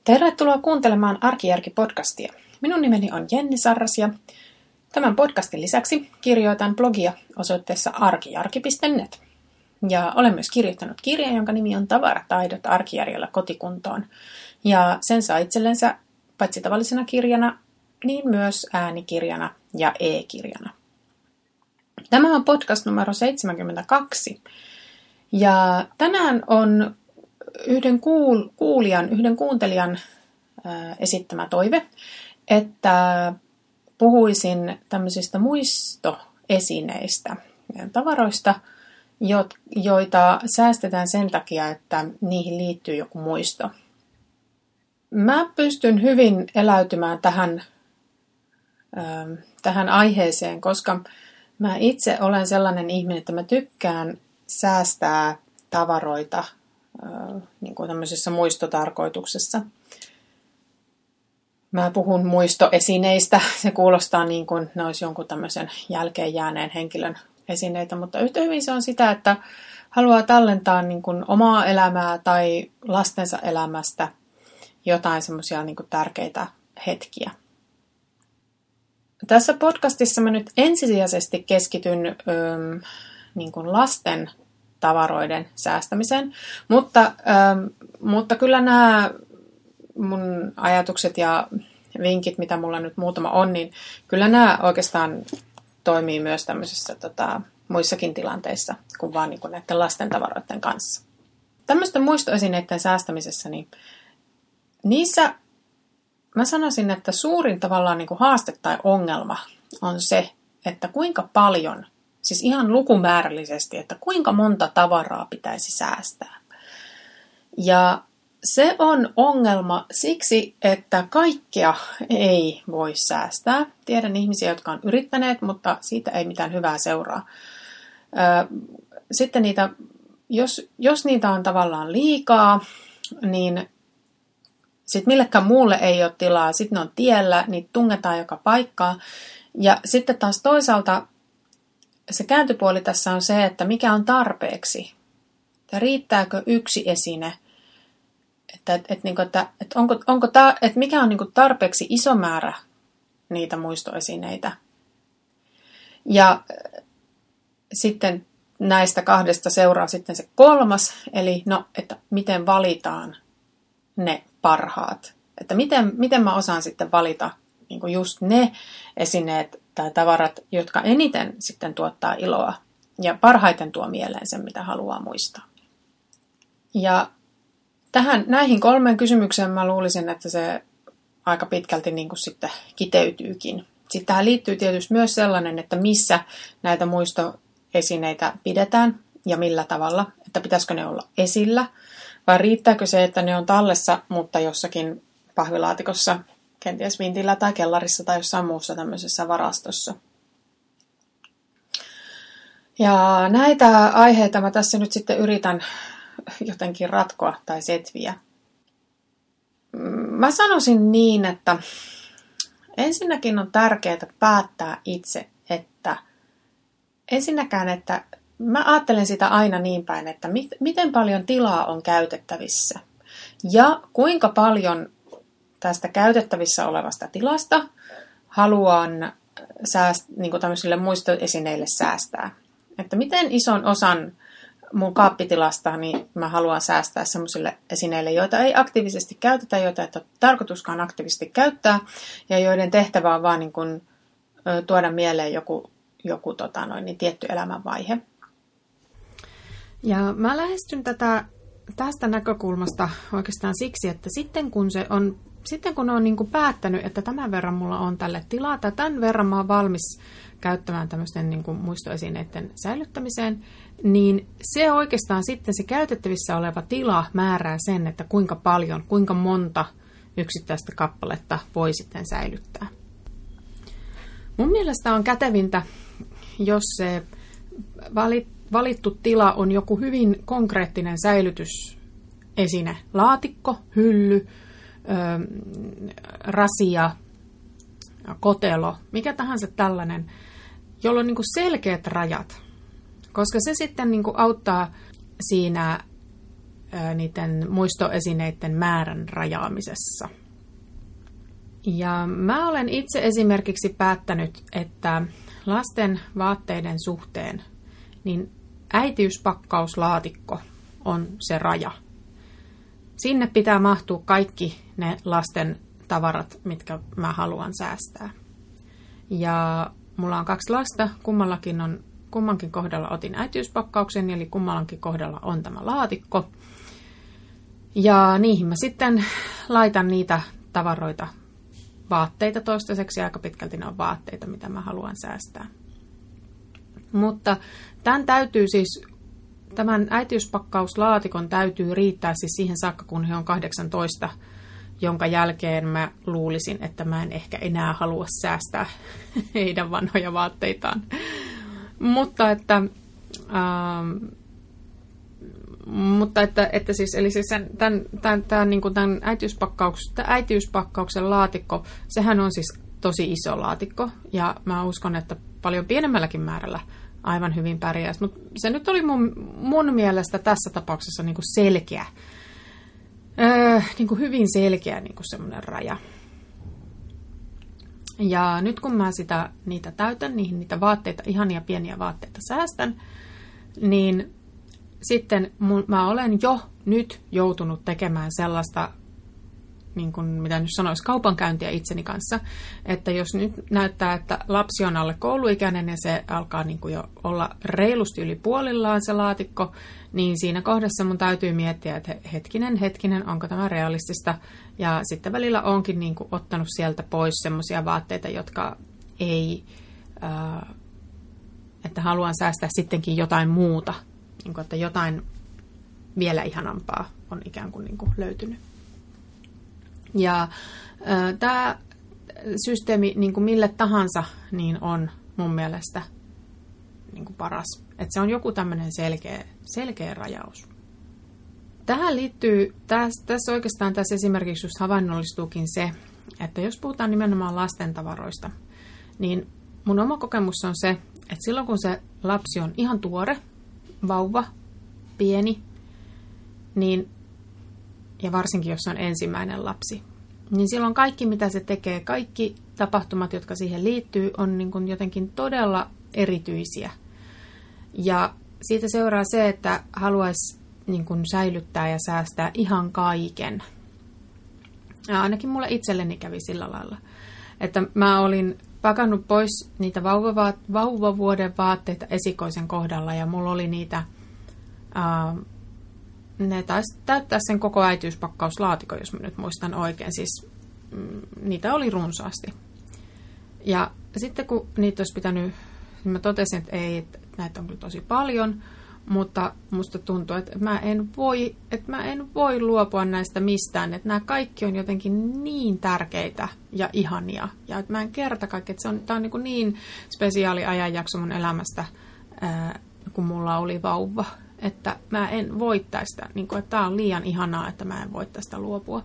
Tervetuloa kuuntelemaan Arkijärki-podcastia. Minun nimeni on Jenni Sarras ja tämän podcastin lisäksi kirjoitan blogia osoitteessa arkijarki.net. Ja olen myös kirjoittanut kirjan, jonka nimi on Tavarataidot arkijärjellä kotikuntoon. Ja sen saa itsellensä paitsi tavallisena kirjana, niin myös äänikirjana ja e-kirjana. Tämä on podcast numero 72. Ja tänään on yhden kuuntelijan esittämä toive, että puhuisin tämmöisistä muistoesineistä, tavaroista, joita säästetään sen takia, että niihin liittyy joku muisto. Mä pystyn hyvin eläytymään tähän aiheeseen, koska mä itse olen sellainen ihminen, että mä tykkään säästää tavaroita niin kuin tämmöisessä muistotarkoituksessa. Mä puhun muistoesineistä. Se kuulostaa niin kuin ne olisi jonkun tämmöisen jälkeen jääneen henkilön esineitä, mutta yhtä hyvin se on sitä, että haluaa tallentaa niin kuin omaa elämää tai lastensa elämästä jotain semmoisia niin kuin tärkeitä hetkiä. Tässä podcastissa mä nyt ensisijaisesti keskityn niin kuin lasten tavaroiden säästämiseen, mutta kyllä nämä mun ajatukset ja vinkit, mitä mulla nyt muutama on, niin kyllä nämä oikeastaan toimii myös tämmöisissä muissakin tilanteissa kuin vaan niin kuin näiden lasten tavaroiden kanssa. Tämmöisten muistoesineiden säästämisessä, niin niissä mä sanoisin, että suurin tavallaan niin kuin haaste tai ongelma on se, että kuinka paljon, siis ihan lukumäärällisesti, että kuinka monta tavaraa pitäisi säästää. Ja se on ongelma siksi, että kaikkea ei voi säästää. Tiedän ihmisiä, jotka on yrittäneet, mutta siitä ei mitään hyvää seuraa. Sitten jos niitä on tavallaan liikaa, niin sitten millekään muulle ei ole tilaa. Sitten ne on tiellä, niitä tungetaan joka paikkaan. Ja sitten taas toisaalta se kääntöpuoli tässä on se, että mikä on tarpeeksi. Että riittääkö yksi esine? Että mikä on niin kuin tarpeeksi iso määrä niitä muistoesineitä. Ja sitten näistä kahdesta seuraa sitten se kolmas, eli että miten valitaan ne parhaat. Että miten mä osaan sitten valita niin kuin just ne esineet tai tavarat, jotka eniten sitten tuottaa iloa ja parhaiten tuo mieleen sen, mitä haluaa muistaa. Ja näihin 3 kysymykseen mä luulisin, että se aika pitkälti niin kuin sitten kiteytyykin. Sitten tähän liittyy tietysti myös sellainen, että missä näitä muistoesineitä pidetään ja millä tavalla. Että pitäisikö ne olla esillä vai riittääkö se, että ne on tallessa, mutta jossakin pahvilaatikossa, kenties vintillä tai kellarissa tai jossain muussa tämmöisessä varastossa. Ja näitä aiheita mä tässä nyt sitten yritän jotenkin ratkoa tai setviä. Mä sanoisin niin, että ensinnäkin on tärkeää päättää itse, että ensinnäkään, että mä ajattelen sitä aina niin päin, että miten paljon tilaa on käytettävissä ja kuinka paljon tästä käytettävissä olevasta tilasta haluan niin kuin tämmöisille muistoesineille säästää. Että miten ison osan mun kaappitilasta niin mä haluan säästää semmoisille esineille, joita ei aktiivisesti käytetä, joita ei ole tarkoituskaan aktiivisesti käyttää ja joiden tehtävä on vaan niin kuin tuoda mieleen joku tietty elämänvaihe. Ja mä lähestyn tästä näkökulmasta oikeastaan siksi, että sitten kun on niin kuin päättänyt, että tämän verran mulla on tälle tilaa tai tämän verran mä oon valmis käyttämään tämmöisten niin kuin muistoesineiden säilyttämiseen, niin se oikeastaan sitten se käytettävissä oleva tila määrää sen, että kuinka monta yksittäistä kappaletta voi sitten säilyttää. Mun mielestä on kätevintä, jos se valittu tila on joku hyvin konkreettinen säilytysesine, laatikko, hylly, rasia, kotelo, mikä tahansa tällainen, jolla on niin kuin selkeät rajat, koska se sitten niin kuin auttaa siinä niiden muistoesineiden määrän rajaamisessa. Ja mä olen itse esimerkiksi päättänyt, että lasten vaatteiden suhteen niin äitiyspakkauslaatikko on se raja. Sinne pitää mahtua kaikki ne lasten tavarat, mitkä mä haluan säästää. Ja mulla on 2 lasta, kummankin kohdalla otin äitiyspakkauksen, eli kummallakin kohdalla on tämä laatikko. Ja niihin mä sitten laitan niitä tavaroita, vaatteita toistaiseksi, aika pitkälti ne on vaatteita, mitä mä haluan säästää. Mutta tämän äitiyspakauslaatikon täytyy riittää siis siihen saakka, kun he on 18, jonka jälkeen mä luulisin, että mä en ehkä enää halua säästää heidän vanhoja vaatteitaan. Mutta tämän äitiyspakkauksen laatikko, sehän on siis tosi iso laatikko, ja mä uskon, että paljon pienemmälläkin määrällä aivan hyvin pärjäisi. Mutta se nyt oli mun mielestä tässä tapauksessa niin kuin selkeä, niin kuin hyvin selkeä niin kuin semmoinen raja. Ja nyt kun mä niitä täytän, niitä vaatteita, ihania pieniä vaatteita säästän, niin sitten mä olen jo nyt joutunut tekemään sellaista, niin kuin mitä nyt sanoisi, kaupankäyntiä itseni kanssa, että jos nyt näyttää, että lapsi on alle kouluikäinen ja se alkaa niin kuin jo olla reilusti yli puolillaan se laatikko, niin siinä kohdassa mun täytyy miettiä, että hetkinen, onko tämä realistista, ja sitten välillä onkin niin kuin ottanut sieltä pois semmoisia vaatteita, jotka ei, että haluan säästää sittenkin jotain muuta, niin kuin, että jotain vielä ihanampaa on ikään kuin, löytynyt. Ja tämä systeemi niin kuin mille tahansa niin on mun mielestä niin kuin paras. Että se on joku tämmöinen selkeä rajaus. Tähän liittyy, tässä oikeastaan tässä esimerkiksi just havainnollistuukin se, että jos puhutaan nimenomaan lasten tavaroista, niin mun oma kokemus on se, että silloin kun se lapsi on ihan tuore, vauva, pieni, niin, ja varsinkin jos on ensimmäinen lapsi, niin silloin kaikki mitä se tekee, kaikki tapahtumat, jotka siihen liittyy, on niin kuin jotenkin todella erityisiä. Ja siitä seuraa se, että haluaisi niin kuin säilyttää ja säästää ihan kaiken. Ja ainakin mulle itselleni kävi sillä lailla, että mä olin pakannut pois niitä vauvavuoden vaatteita esikoisen kohdalla, ja mulla oli niitä, ne taisi täyttää sen koko äitiyspakkausλaatikon, jos mä nyt muistan oikein, siis niitä oli runsaasti. Ja sitten kun niitä olisi pitänyt, mä totesin, että ei, että näitä on kyllä tosi paljon, mutta musta tuntuu, että mä en voi luopua näistä mistään, että nämä kaikki on jotenkin niin tärkeitä ja ihania, ja että mä en kerta kaikki, että tämä on niin spesiaali ajanjakso mun elämästä, kun mulla oli vauva, että mä en voi tästä, niin kuin, että tämä on liian ihanaa, että mä en voi tästä luopua.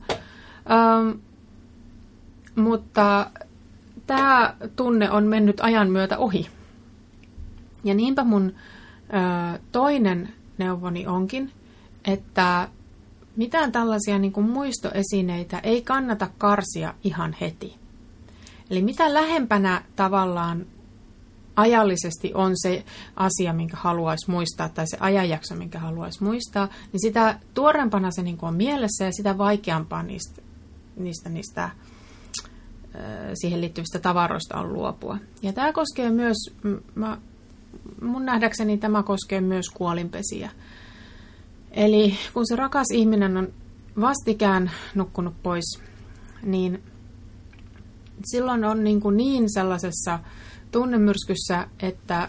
Mutta tämä tunne on mennyt ajan myötä ohi. Ja niinpä mun toinen neuvoni onkin, että mitään tällaisia niin kuin muistoesineitä ei kannata karsia ihan heti. Eli mitä lähempänä tavallaan ajallisesti on se asia, minkä haluaisi muistaa, tai se ajanjakso, minkä haluaisi muistaa, niin sitä tuorempana se niin kuin on mielessä, ja sitä vaikeampaa niistä siihen liittyvistä tavaroista on luopua. Ja tämä koskee myös, mun nähdäkseni tämä koskee myös kuolinpesiä. Eli kun se rakas ihminen on vastikään nukkunut pois, niin silloin on niin sellaisessa tunnemyrskyssä, että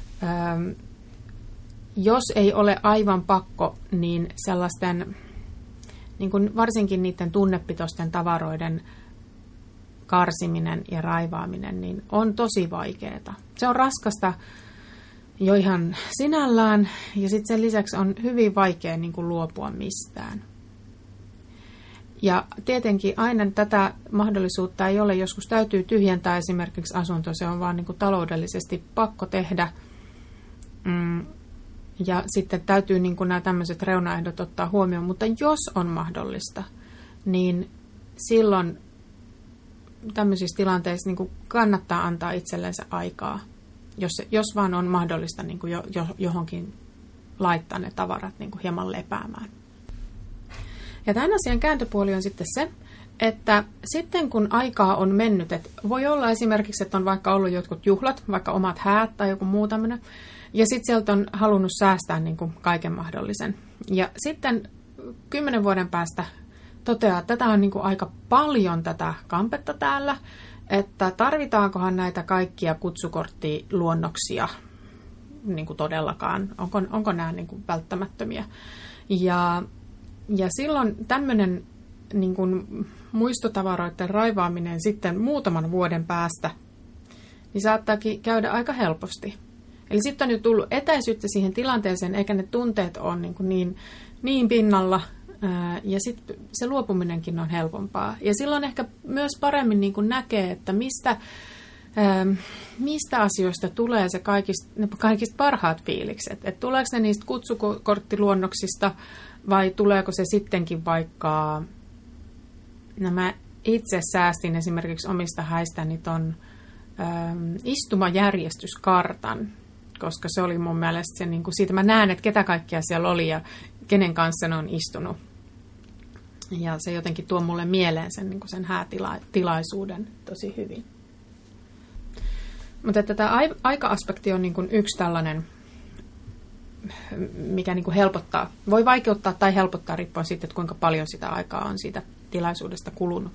jos ei ole aivan pakko, niin sellaisten, niin kuin varsinkin niiden tunnepitoisten tavaroiden karsiminen ja raivaaminen, niin on tosi vaikeaa. Se on raskasta jo ihan sinällään, ja sitten sen lisäksi on hyvin vaikea niin kuin luopua mistään. Ja tietenkin aina tätä mahdollisuutta ei ole. Joskus täytyy tyhjentää esimerkiksi asunto. Se on vaan niin kuin taloudellisesti pakko tehdä. Ja sitten täytyy niin kuin nämä tämmöiset reunaehdot ottaa huomioon. Mutta jos on mahdollista, niin silloin tämmöisissä tilanteissa niin kuin kannattaa antaa itsellensä aikaa, jos vaan on mahdollista niin kuin johonkin laittaa ne tavarat niin kuin hieman lepäämään. Ja tämän asian kääntöpuoli on sitten se, että sitten kun aikaa on mennyt, että voi olla esimerkiksi, että on vaikka ollut jotkut juhlat, vaikka omat häät tai joku muu tämmöinen, ja sitten sieltä on halunnut säästää niin kuin kaiken mahdollisen. Ja sitten 10 vuoden päästä toteaa, että tätä on niin kuin aika paljon tätä kampetta täällä, että tarvitaankohan näitä kaikkia kutsukorttiluonnoksia niin kuin todellakaan, onko nämä niin kuin välttämättömiä. Ja silloin tämmöinen niin kuin muistotavaroiden raivaaminen sitten muutaman vuoden päästä, niin saattaakin käydä aika helposti. Eli sitten on jo tullut etäisyyttä siihen tilanteeseen, eikä ne tunteet ole niin pinnalla, ja sitten se luopuminenkin on helpompaa. Ja silloin ehkä myös paremmin niin kuin näkee, että mistä asioista tulee se kaikista parhaat fiilikset. Että tuleeko ne niistä kutsukorttiluonnoksista, vai tuleeko se sittenkin vaikka, mä itse säästin esimerkiksi omista häistäni ton istumajärjestyskartan, koska se oli mun mielestä se, niin kuin siitä mä näen, että ketä kaikkia siellä oli ja kenen kanssa ne on istunut. Ja se jotenkin tuo mulle mieleen sen, niin kuin sen häätilaisuuden tosi hyvin. Mutta tämä aika-aspekti on niin kuin yksi tällainen, mikä niin kuin helpottaa. Voi vaikeuttaa tai helpottaa riippuen siitä, että kuinka paljon sitä aikaa on siitä tilaisuudesta kulunut.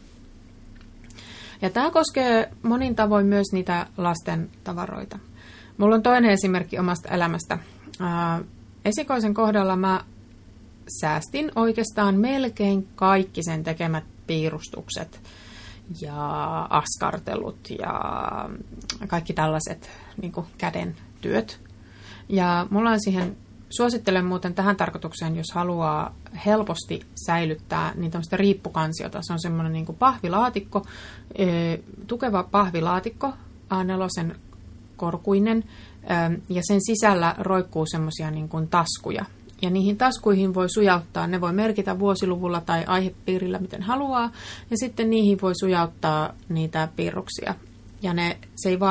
Ja tämä koskee monin tavoin myös niitä lasten tavaroita. Mulla on toinen esimerkki omasta elämästä. Esikoisen kohdalla mä säästin oikeastaan melkein kaikki sen tekemät piirustukset ja askartelut ja kaikki tällaiset niin kuin käden työt. Ja mulla on suosittelen muuten tähän tarkoitukseen, jos haluaa helposti säilyttää niin tämmöistä riippukansiota. Se on semmoinen niin kuin pahvilaatikko, tukeva pahvilaatikko, A4 korkuinen, ja sen sisällä roikkuu semmoisia niin kuin taskuja. Ja niihin taskuihin voi sujauttaa, ne voi merkitä vuosiluvulla tai aihepiirillä, miten haluaa, ja sitten niihin voi sujauttaa niitä piirroksia. Ja se ei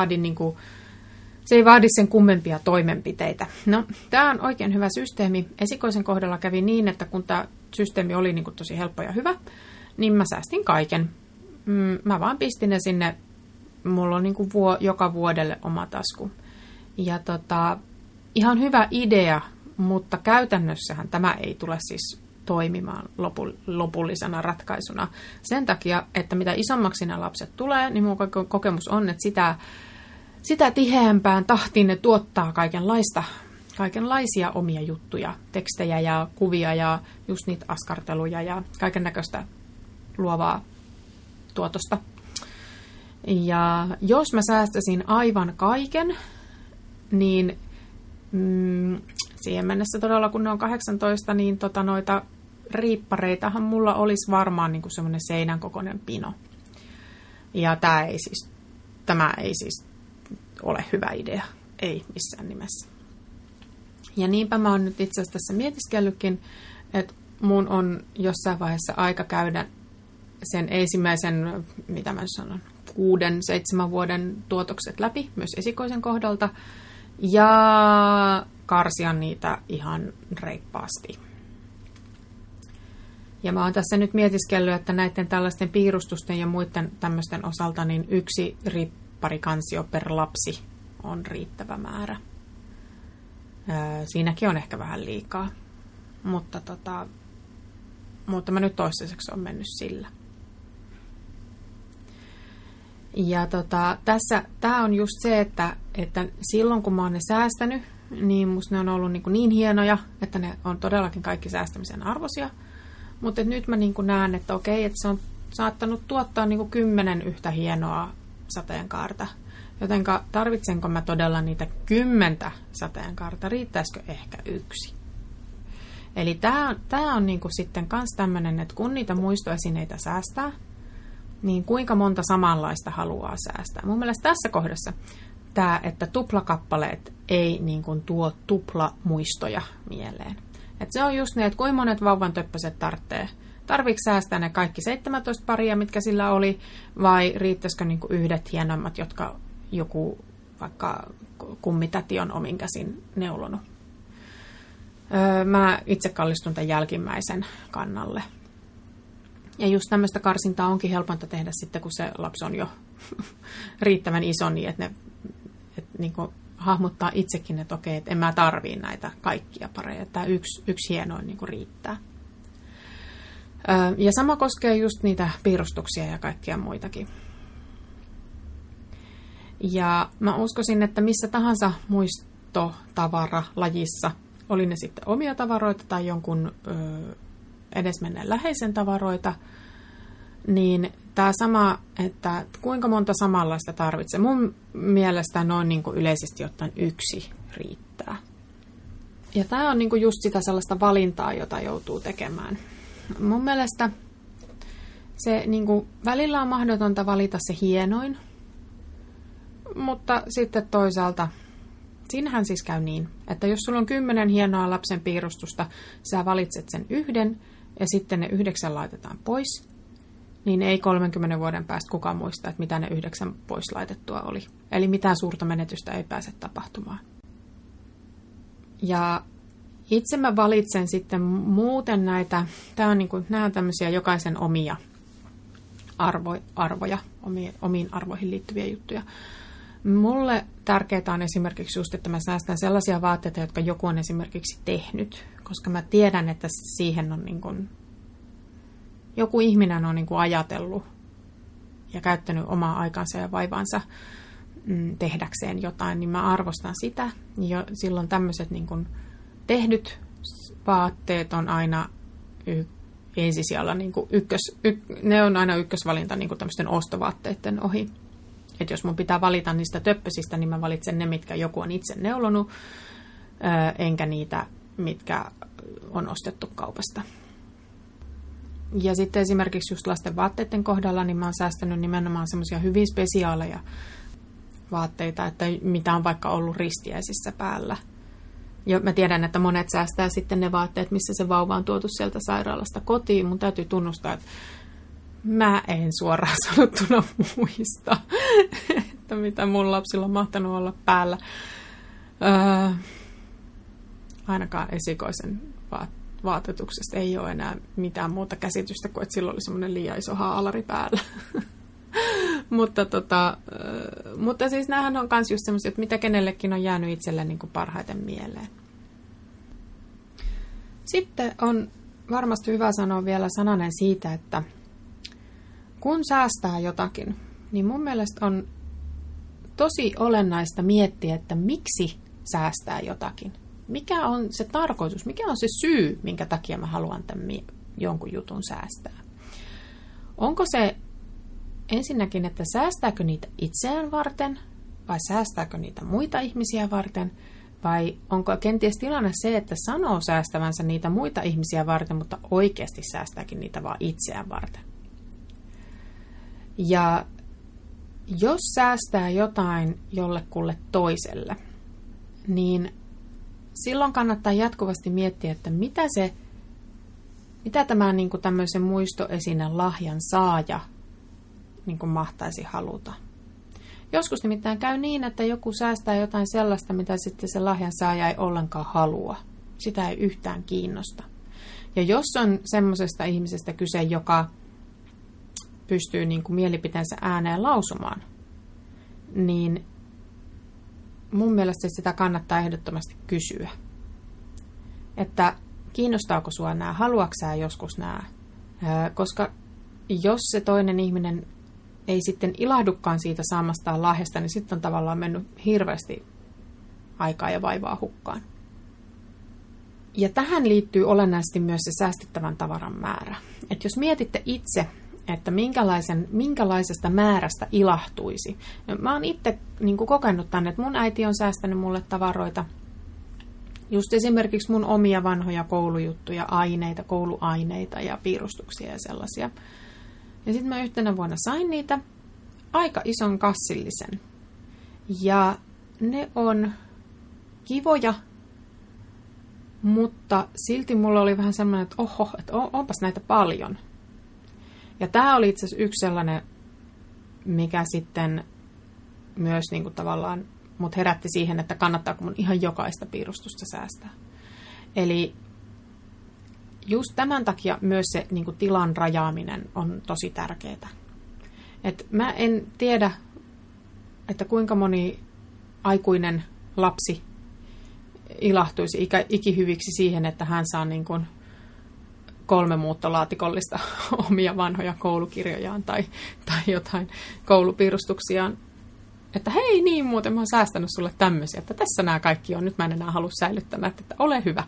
vaadi sen kummempia toimenpiteitä. No, tämä on oikein hyvä systeemi. Esikoisen kohdalla kävi niin, että kun tämä systeemi oli niin kuin tosi helppo ja hyvä, niin mä säästin kaiken. Mä vaan pistin ne sinne, mulla on niin kuin joka vuodelle oma tasku. Ja ihan hyvä idea, mutta käytännössähän tämä ei tule siis toimimaan lopullisena ratkaisuna. Sen takia, että mitä isommaksi nämä lapset tulee, niin mun kokemus on, että sitä tiheämpään tahtiin ne tuottaa kaikenlaisia omia juttuja, tekstejä ja kuvia ja just niitä askarteluja ja kaiken näköistä luovaa tuotosta. Ja jos mä säästäisin aivan kaiken, niin siihen mennessä todella, kun ne on 18, niin noita riippareitahan mulla olisi varmaan niin kuin semmoinen seinän kokoinen pino. Ja tämä ei siis ole hyvä idea. Ei missään nimessä. Ja niinpä mä oon nyt itse asiassa tässä mietiskellytkin, että mun on jossain vaiheessa aika käydä sen ensimmäisen, mitä mä sanon, 6-7 vuoden tuotokset läpi, myös esikoisen kohdalta, ja karsia niitä ihan reippaasti. Ja mä oon tässä nyt mietiskellyt, että näiden tällaisten piirustusten ja muiden tämmöisten osalta, niin 1 riipparikansio per lapsi on riittävä määrä. Siinäkin on ehkä vähän liikaa, mutta mä nyt toistaiseksi on mennyt sillä. Ja tämä on just se, että silloin kun mä oon ne säästänyt, niin musta ne on ollut niin hienoja, että ne on todellakin kaikki säästämisen arvoisia. Mutta nyt mä näen, että okei, että se on saattanut tuottaa 10 yhtä hienoa sateenkaarta. Jotenka tarvitsenko mä todella niitä 10 sateenkaarta, riittäisikö ehkä 1? Eli tämä on sitten kans tämmöinen, että kun niitä muistoesineitä säästää, niin kuinka monta samanlaista haluaa säästää. Mun mielestä tässä kohdassa tämä, että tuplakappaleet ei niin kuin tuo tuplamuistoja mieleen. Et se on just ne, että kuinka monet vauvan töppöset tarviiko säästää ne kaikki 17 paria, mitkä sillä oli, vai riittäisikö niin kuin yhdet hienommat, jotka joku vaikka kummitäti on omin käsin neulonut. Mä itse kallistun tämän jälkimmäisen kannalle. Ja just tämmöistä karsintaa onkin helpointa tehdä sitten, kun se lapsi on jo riittävän iso, niin että niin kuin hahmottaa itsekin, että okei, että en mä tarvii näitä kaikkia pareja. Tämä yksi hienoin niin kuin riittää. Ja sama koskee just niitä piirustuksia ja kaikkia muitakin. Ja mä uskoisin, että missä tahansa muistotavara-lajissa, oli ne sitten omia tavaroita tai jonkun edesmenneen läheisen tavaroita, niin tämä sama, että kuinka monta samanlaista tarvitsee. Mun mielestä noin niin kuin yleisesti ottaen yksi riittää. Ja tämä on niin kuin just sitä sellaista valintaa, jota joutuu tekemään. Mun mielestä se niin kuin välillä on mahdotonta valita se hienoin, mutta sitten toisaalta siinähän siis käy niin, että jos sulla on 10 hienoa lapsen piirustusta, sä valitset sen yhden ja sitten ne 9 laitetaan pois, niin ei 30 vuoden päästä kukaan muista, että mitä ne 9 pois laitettua oli. Eli mitään suurta menetystä ei pääse tapahtumaan. Ja itse mä valitsen sitten muuten näitä, nämä on tämmöisiä jokaisen omia arvoja, omiin arvoihin liittyviä juttuja. Mulle tärkeää on esimerkiksi just, että mä säästän sellaisia vaatteita, jotka joku on esimerkiksi tehnyt, koska mä tiedän, että siihen on niin kuin, joku ihminen on niin kuin ajatellut ja käyttänyt omaa aikansa ja vaivaansa tehdäkseen jotain, niin mä arvostan sitä. Ja silloin tämmöiset niin kuin tehdyt vaatteet on aina ensisijalla, niin kuin ne on aina ykkösvalinta niin kuin tämmöisten ostovaatteiden ohi. Että jos mun pitää valita niistä töppösistä, niin mä valitsen ne, mitkä joku on itse neulonut, enkä niitä, mitkä on ostettu kaupasta. Ja sitten esimerkiksi just lasten vaatteiden kohdalla, niin mä oon säästänyt nimenomaan semmoisia hyvin spesiaaleja vaatteita, että mitä on vaikka ollut ristiäisissä päällä. Ja mä tiedän, että monet säästää sitten ne vaatteet, missä se vauva on tuotu sieltä sairaalasta kotiin. Mun täytyy tunnustaa, että mä en suoraan sanottuna muista, että mitä mun lapsilla on mahtanut olla päällä. Ainakaan esikoisen vaatetuksesta ei ole enää mitään muuta käsitystä kuin, että sillä oli semmoinen liian iso haalari päällä. mutta siis näähän on myös just semmoisia, että mitä kenellekin on jäänyt itselle niin kuin parhaiten mieleen. Sitten on varmasti hyvä sanoa vielä sananen siitä, että kun säästää jotakin, niin mun mielestä on tosi olennaista miettiä, että miksi säästää jotakin. Mikä on se tarkoitus, mikä on se syy, minkä takia mä haluan tämän jonkun jutun säästää. Onko se ensinnäkin, että säästääkö niitä itseään varten, vai säästääkö niitä muita ihmisiä varten, vai onko kenties tilanne se, että sanoo säästävänsä niitä muita ihmisiä varten, mutta oikeasti säästääkin niitä vaan itseään varten. Ja jos säästää jotain jollekulle toiselle, niin silloin kannattaa jatkuvasti miettiä, että mitä tämä niin kuin tämmöisen muistoesinen lahjan saaja niin kuin mahtaisi haluta. Joskus nimittäin käy niin, että joku säästää jotain sellaista, mitä sitten se lahjan saaja ei ollenkaan halua. Sitä ei yhtään kiinnosta. Ja jos on semmoisesta ihmisestä kyse, joka pystyy niin kuin mielipiteensä ääneen lausumaan, niin mun mielestä sitä kannattaa ehdottomasti kysyä. Että kiinnostaako sua nämä, haluatko sä joskus nämä? Koska jos se toinen ihminen ei sitten ilahdukaan siitä saamastaan lahjasta, niin sitten on tavallaan mennyt hirveästi aikaa ja vaivaa hukkaan. Ja tähän liittyy olennaisesti myös se säästettävän tavaran määrä. Että jos mietitte itse, että minkälaisesta määrästä ilahtuisi. Mä oon itse niin kuin kokenut tänne, että mun äiti on säästänyt mulle tavaroita. Just esimerkiksi mun omia vanhoja koulujuttuja, kouluaineita ja piirustuksia ja sellaisia. Ja sitten mä yhtenä vuonna sain niitä aika ison kassillisen. Ja ne on kivoja, mutta silti mulla oli vähän semmoinen, että onpas näitä paljon. Ja tämä oli itse asiassa yksi sellainen, mikä sitten myös niin kuin tavallaan mut herätti siihen, että kannattaako mun ihan jokaista piirustusta säästää. Eli just tämän takia myös se niin kuin tilan rajaaminen on tosi tärkeää. Et mä en tiedä, että kuinka moni aikuinen lapsi ilahtuisi ikihyviksi siihen, että hän saa niin kuin 3 muuttolaatikollista omia vanhoja koulukirjojaan tai jotain koulupiirustuksiaan. Että hei, niin muuten mä oon säästänyt sulle tämmöisiä, että tässä nämä kaikki on, nyt mä en enää halua säilyttämään, että ole hyvä.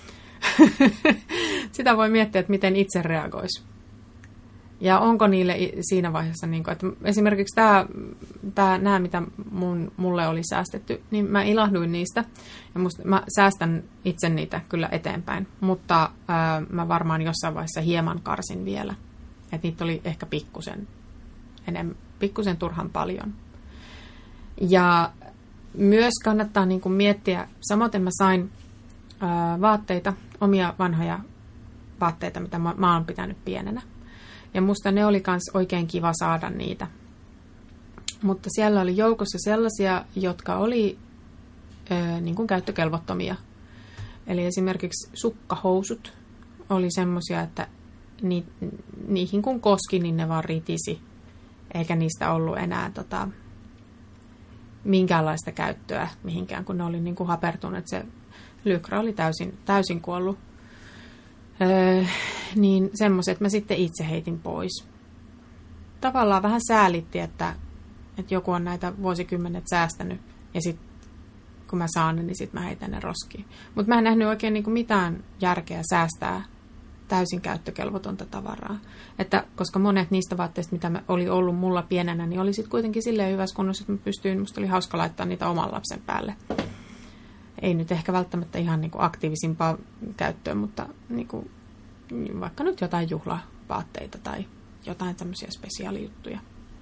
Sitä voi miettiä, että miten itse reagoisi. Ja onko niille siinä vaiheessa, että esimerkiksi nämä, mitä mulle oli säästetty, niin mä ilahduin niistä. Ja mä säästän itse niitä kyllä eteenpäin, mutta mä varmaan jossain vaiheessa hieman karsin vielä. Että niitä oli ehkä pikkusen turhan paljon. Ja myös kannattaa niin kuin miettiä, samoin mä sain vaatteita, omia vanhoja vaatteita, mitä mä oon pitänyt pienenä. Ja musta ne oli kans oikein kiva saada niitä. Mutta siellä oli joukossa sellaisia, jotka oli niin kuin käyttökelvottomia. Eli esimerkiksi sukkahousut oli semmosia, että niihin kun koski, niin ne vaan ritisi. Eikä niistä ollut enää minkäänlaista käyttöä mihinkään, kun ne oli niin kuin hapertuneet. Se lykra oli täysin kuollut. Niin semmoiset mä sitten itse heitin pois. Tavallaan vähän säälitti, että joku on näitä vuosikymmenet säästänyt ja sitten kun mä saan ne, niin sitten mä heitän ne roskiin. Mutta mä en nähnyt oikein niinku mitään järkeä säästää täysin käyttökelvotonta tavaraa. Että koska monet niistä vaatteista, mitä oli ollut mulla pienenä, niin oli sitten kuitenkin silleen hyvässä kunnossa, että musta oli hauska laittaa niitä oman lapsen päälle. Ei nyt ehkä välttämättä ihan niinku aktiivisimpaa käyttöön, mutta niinku, vaikka nyt jotain juhlavaatteita tai jotain tämmöisiä spesiaalijuttuja.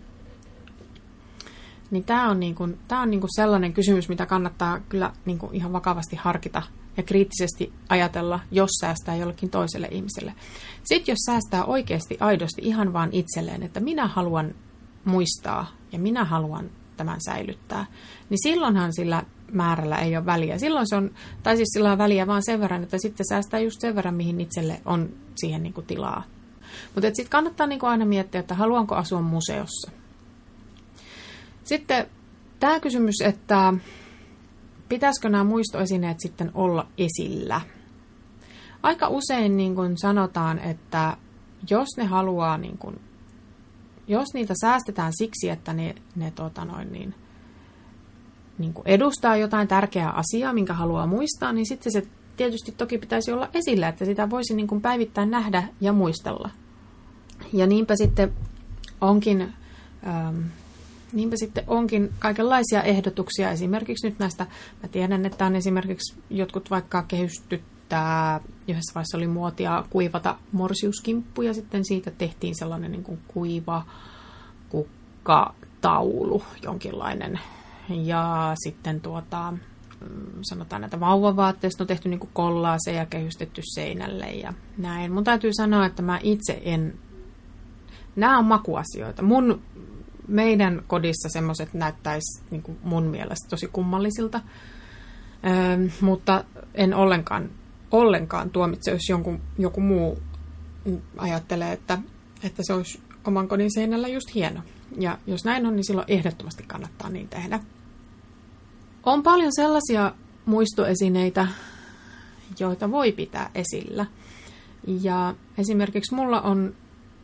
Niin tämä on niinku sellainen kysymys, mitä kannattaa kyllä niinku ihan vakavasti harkita ja kriittisesti ajatella, jos säästää jollekin toiselle ihmiselle. Sitten jos säästää oikeasti aidosti ihan vaan itselleen, että minä haluan muistaa ja minä haluan tämän säilyttää, niin silloinhan sillä määrällä ei ole väliä. Silloin se on, tai siis sillä on väliä vaan sen verran, että sitten säästää just sen verran, mihin itselle on siihen niinku tilaa. Mutta sitten kannattaa niinku aina miettiä, että haluanko asua museossa. Sitten tämä kysymys, että pitäisikö nämä muistoesineet sitten olla esillä? Aika usein niin kun sanotaan, että jos ne haluaa, jos niitä säästetään siksi, että ne niin kuin edustaa jotain tärkeää asiaa, minkä haluaa muistaa, niin sitten se tietysti toki pitäisi olla esillä, että sitä voisi niin kuin päivittäin nähdä ja muistella. Ja niinpä sitten onkin kaikenlaisia ehdotuksia. Esimerkiksi nyt näistä, mä tiedän, että on esimerkiksi jotkut vaikka kehystyttää, yhdessä vaiheessa oli muotia kuivata morsiuskimppu, ja sitten siitä tehtiin sellainen niin kuin kuiva kukkataulu, jonkinlainen. Ja sitten sanotaan näitä vauvavaatteista on tehty niin kuin kollaaseja ja kehystetty seinälle ja näin. Mun täytyy sanoa, että mä itse nämä on makuasioita. Meidän kodissa semmoiset näyttäisi niin kuin mun mielestä tosi kummallisilta, mutta en ollenkaan tuomitse, jos joku muu ajattelee, että se olisi oman kodin seinällä just hieno. Ja jos näin on, niin silloin ehdottomasti kannattaa niin tehdä. On paljon sellaisia muistoesineitä, joita voi pitää esillä. Ja esimerkiksi mulla on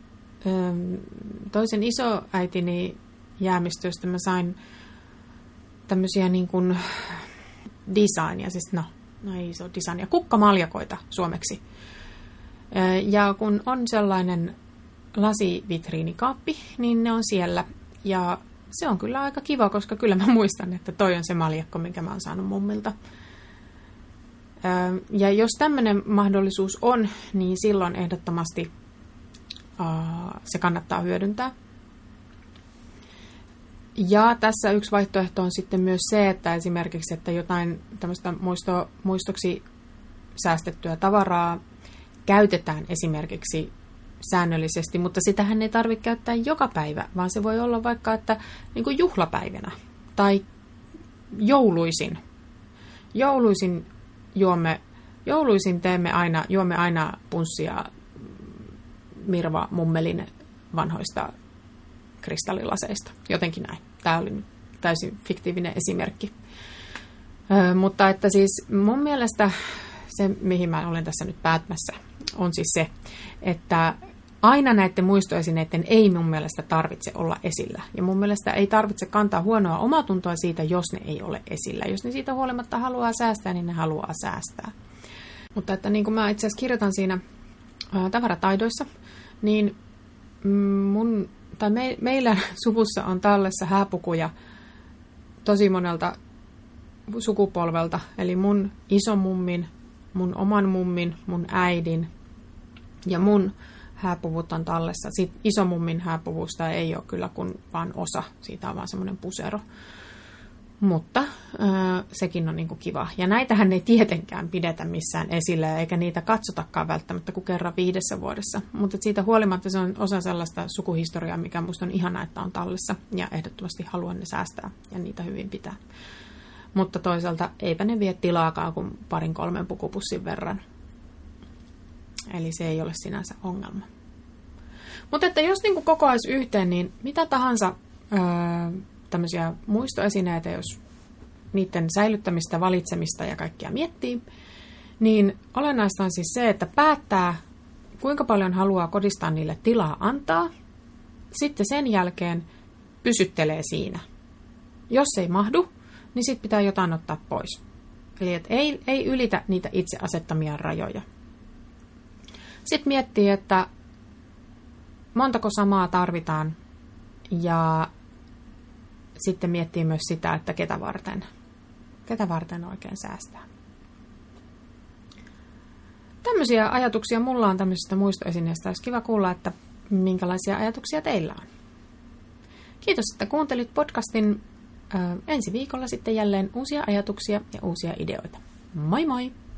toisen isoäitini jäämistöstä mä sain tämmöisiä niin kuin designia, siis ei se ole designia, kukkamaljakoita suomeksi. Ja kun on sellainen lasivitriinikaappi, niin ne on siellä. Ja se on kyllä aika kiva, koska kyllä mä muistan, että toi on se maljakko, minkä mä oon saanut mummilta. Ja jos tämmöinen mahdollisuus on, niin silloin ehdottomasti se kannattaa hyödyntää. Ja tässä yksi vaihtoehto on sitten myös se, että esimerkiksi, että jotain tämmöistä muistoksi säästettyä tavaraa käytetään esimerkiksi säännöllisesti, mutta sitähän ei tarvitse käyttää joka päivä, vaan se voi olla vaikka, että niin kuin juhlapäivinä tai jouluisin. Jouluisin juomme aina punssia Mirva Mummelin vanhoista kristallilaseista. Jotenkin näin. Tämä oli nyt täysin fiktiivinen esimerkki. Mutta että siis mun mielestä se, mihin mä olen tässä nyt päättämässä, on siis se, että aina näiden muistoesineiden ei mun mielestä tarvitse olla esillä. Ja mun mielestä ei tarvitse kantaa huonoa omatuntoa siitä, jos ne ei ole esillä. Jos ne siitä huolimatta haluaa säästää, niin ne haluaa säästää. Mutta että niin kuin mä itse asiassa kirjoitan siinä tavarataidoissa, niin meillä suvussa on tallessa hääpukuja tosi monelta sukupolvelta. Eli mun isomummin, mun oman mummin, mun äidin ja mun hääpuvut on tallessa. Siitä isomummin hääpuvusta ei ole kyllä kuin vain osa. Siitä on vaan semmoinen pusero. Mutta sekin on niin kuin kiva. Ja näitähän ei tietenkään pidetä missään esillä, eikä niitä katsotakaan välttämättä kuin kerran 5 vuodessa. Mutta siitä huolimatta se on osa sellaista sukuhistoriaa, mikä musta on ihanaa, että on tallessa. Ja ehdottomasti haluan ne säästää ja niitä hyvin pitää. Mutta toisaalta eipä ne vie tilaakaan kuin 2-3 pukupussin verran. Eli se ei ole sinänsä ongelma. Mutta että jos niin kuin kokoaisi yhteen, niin mitä tahansa tämmöisiä muistoesineitä, jos niiden säilyttämistä, valitsemista ja kaikkia miettii, niin olennaista on siis se, että päättää, kuinka paljon haluaa kodistaan niille tilaa antaa. Sitten sen jälkeen pysyttelee siinä. Jos ei mahdu, niin sitten pitää jotain ottaa pois. Eli että ei ylitä niitä itse asettamia rajoja. Sitten miettii, että montako samaa tarvitaan ja sitten miettii myös sitä, että ketä varten oikein säästää. Tämmöisiä ajatuksia mulla on tämmöisistä muistoesineistä. Olisi kiva kuulla, että minkälaisia ajatuksia teillä on. Kiitos, että kuuntelit podcastin. Ensi viikolla sitten jälleen uusia ajatuksia ja uusia ideoita. Moi moi!